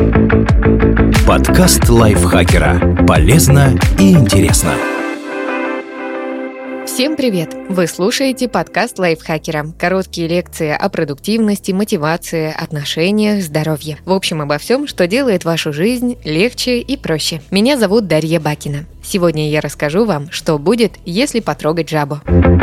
Подкаст лайфхакера. Полезно и интересно. Всем привет! Вы слушаете подкаст лайфхакера. Короткие лекции о продуктивности, мотивации, отношениях, здоровье. В общем, обо всем, что делает вашу жизнь легче и проще. Меня зовут Дарья Бакина. Сегодня я расскажу вам, что будет, если потрогать жабу.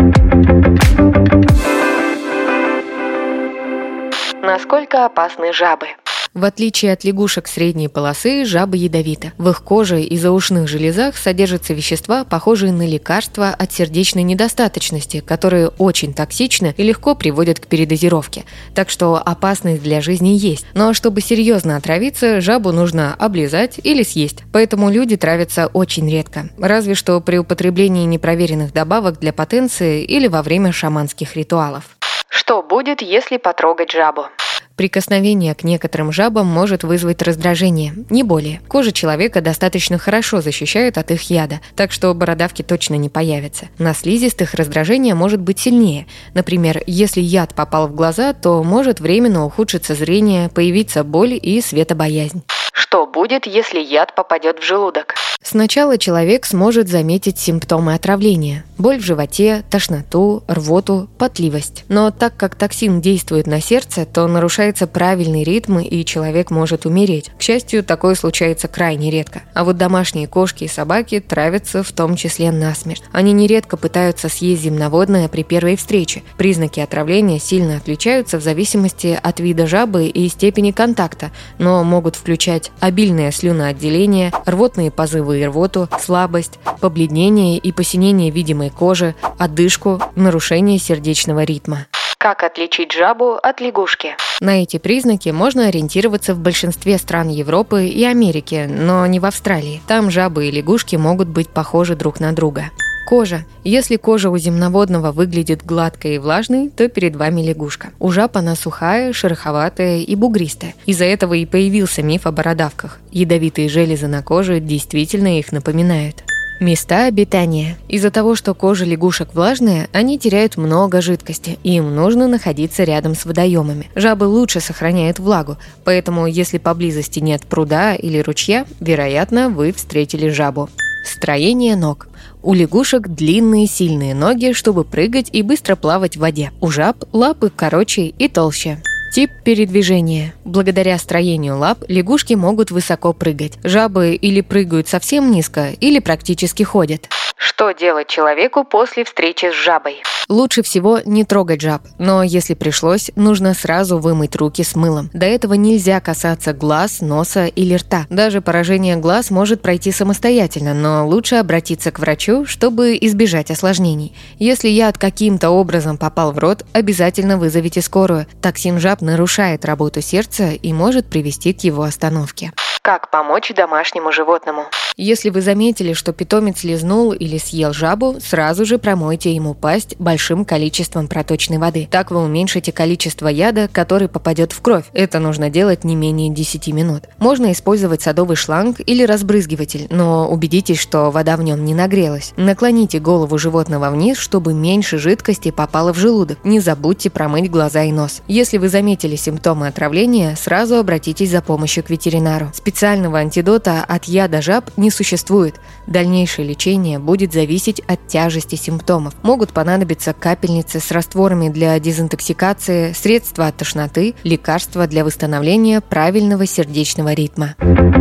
Насколько опасны жабы? В отличие от лягушек средней полосы, жабы ядовиты. В их коже и заушных железах содержатся вещества, похожие на лекарства от сердечной недостаточности, которые очень токсичны и легко приводят к передозировке. Так что опасность для жизни есть. Но чтобы серьезно отравиться, жабу нужно облизать или съесть. Поэтому люди травятся очень редко. Разве что при употреблении непроверенных добавок для потенции или во время шаманских ритуалов. Что будет, если потрогать жабу? Прикосновение к некоторым жабам может вызвать раздражение, не более. Кожа человека достаточно хорошо защищает от их яда, так что бородавки точно не появятся. На слизистых раздражение может быть сильнее. Например, если яд попал в глаза, то может временно ухудшиться зрение, появиться боль и светобоязнь. Что будет, если яд попадет в желудок? Сначала человек сможет заметить симптомы отравления – боль в животе, тошноту, рвоту, потливость. Но так как токсин действует на сердце, то нарушается правильный ритм, и человек может умереть. К счастью, такое случается крайне редко. А вот домашние кошки и собаки травятся в том числе насмерть. Они нередко пытаются съесть земноводное при первой встрече. Признаки отравления сильно отличаются в зависимости от вида жабы и степени контакта, но могут включать обильное слюноотделение, рвотные позывы и рвоту, слабость, побледнение и посинение видимой кожи, одышку, нарушение сердечного ритма. Как отличить жабу от лягушки? На эти признаки можно ориентироваться в большинстве стран Европы и Америки, но не в Австралии. Там жабы и лягушки могут быть похожи друг на друга. Кожа. Если кожа у земноводного выглядит гладкой и влажной, то перед вами лягушка. У жаб она сухая, шероховатая и бугристая. Из-за этого и появился миф о бородавках. Ядовитые железы на коже действительно их напоминают. Места обитания. Из-за того, что кожа лягушек влажная, они теряют много жидкости, и им нужно находиться рядом с водоемами. Жабы лучше сохраняют влагу, поэтому если поблизости нет пруда или ручья, вероятно, вы встретили жабу. Строение ног. У лягушек длинные сильные ноги, чтобы прыгать и быстро плавать в воде. У жаб лапы короче и толще. Тип передвижения. Благодаря строению лап лягушки могут высоко прыгать. Жабы или прыгают совсем низко, или практически ходят. Что делать человеку после встречи с жабой? Лучше всего не трогать жаб, но если пришлось, нужно сразу вымыть руки с мылом. До этого нельзя касаться глаз, носа или рта. Даже поражение глаз может пройти самостоятельно, но лучше обратиться к врачу, чтобы избежать осложнений. Если яд каким-то образом попал в рот, обязательно вызовите скорую. Токсин жаб нарушает работу сердца и может привести к его остановке. Как помочь домашнему животному? Если вы заметили, что питомец лизнул или съел жабу, сразу же промойте ему пасть большим количеством проточной воды. Так вы уменьшите количество яда, который попадет в кровь. Это нужно делать не менее 10 минут. Можно использовать садовый шланг или разбрызгиватель, но убедитесь, что вода в нем не нагрелась. Наклоните голову животного вниз, чтобы меньше жидкости попало в желудок. Не забудьте промыть глаза и нос. Если вы заметили симптомы отравления, сразу обратитесь за помощью к ветеринару. Специального антидота от яда жаб не существует. Дальнейшее лечение будет зависеть от тяжести симптомов. Могут понадобиться капельницы с растворами для дезинтоксикации, средства от тошноты, лекарства для восстановления правильного сердечного ритма.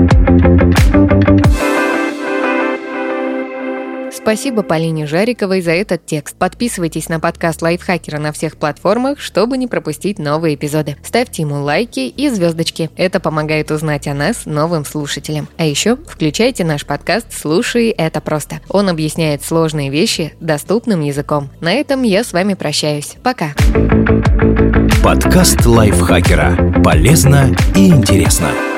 Спасибо Полине Жариковой за этот текст. Подписывайтесь на подкаст Лайфхакера на всех платформах, чтобы не пропустить новые эпизоды. Ставьте ему лайки и звездочки. Это помогает узнать о нас новым слушателям. А еще включайте наш подкаст «Слушай, это просто». Он объясняет сложные вещи доступным языком. На этом я с вами прощаюсь. Пока. Подкаст Лайфхакера. Полезно и интересно.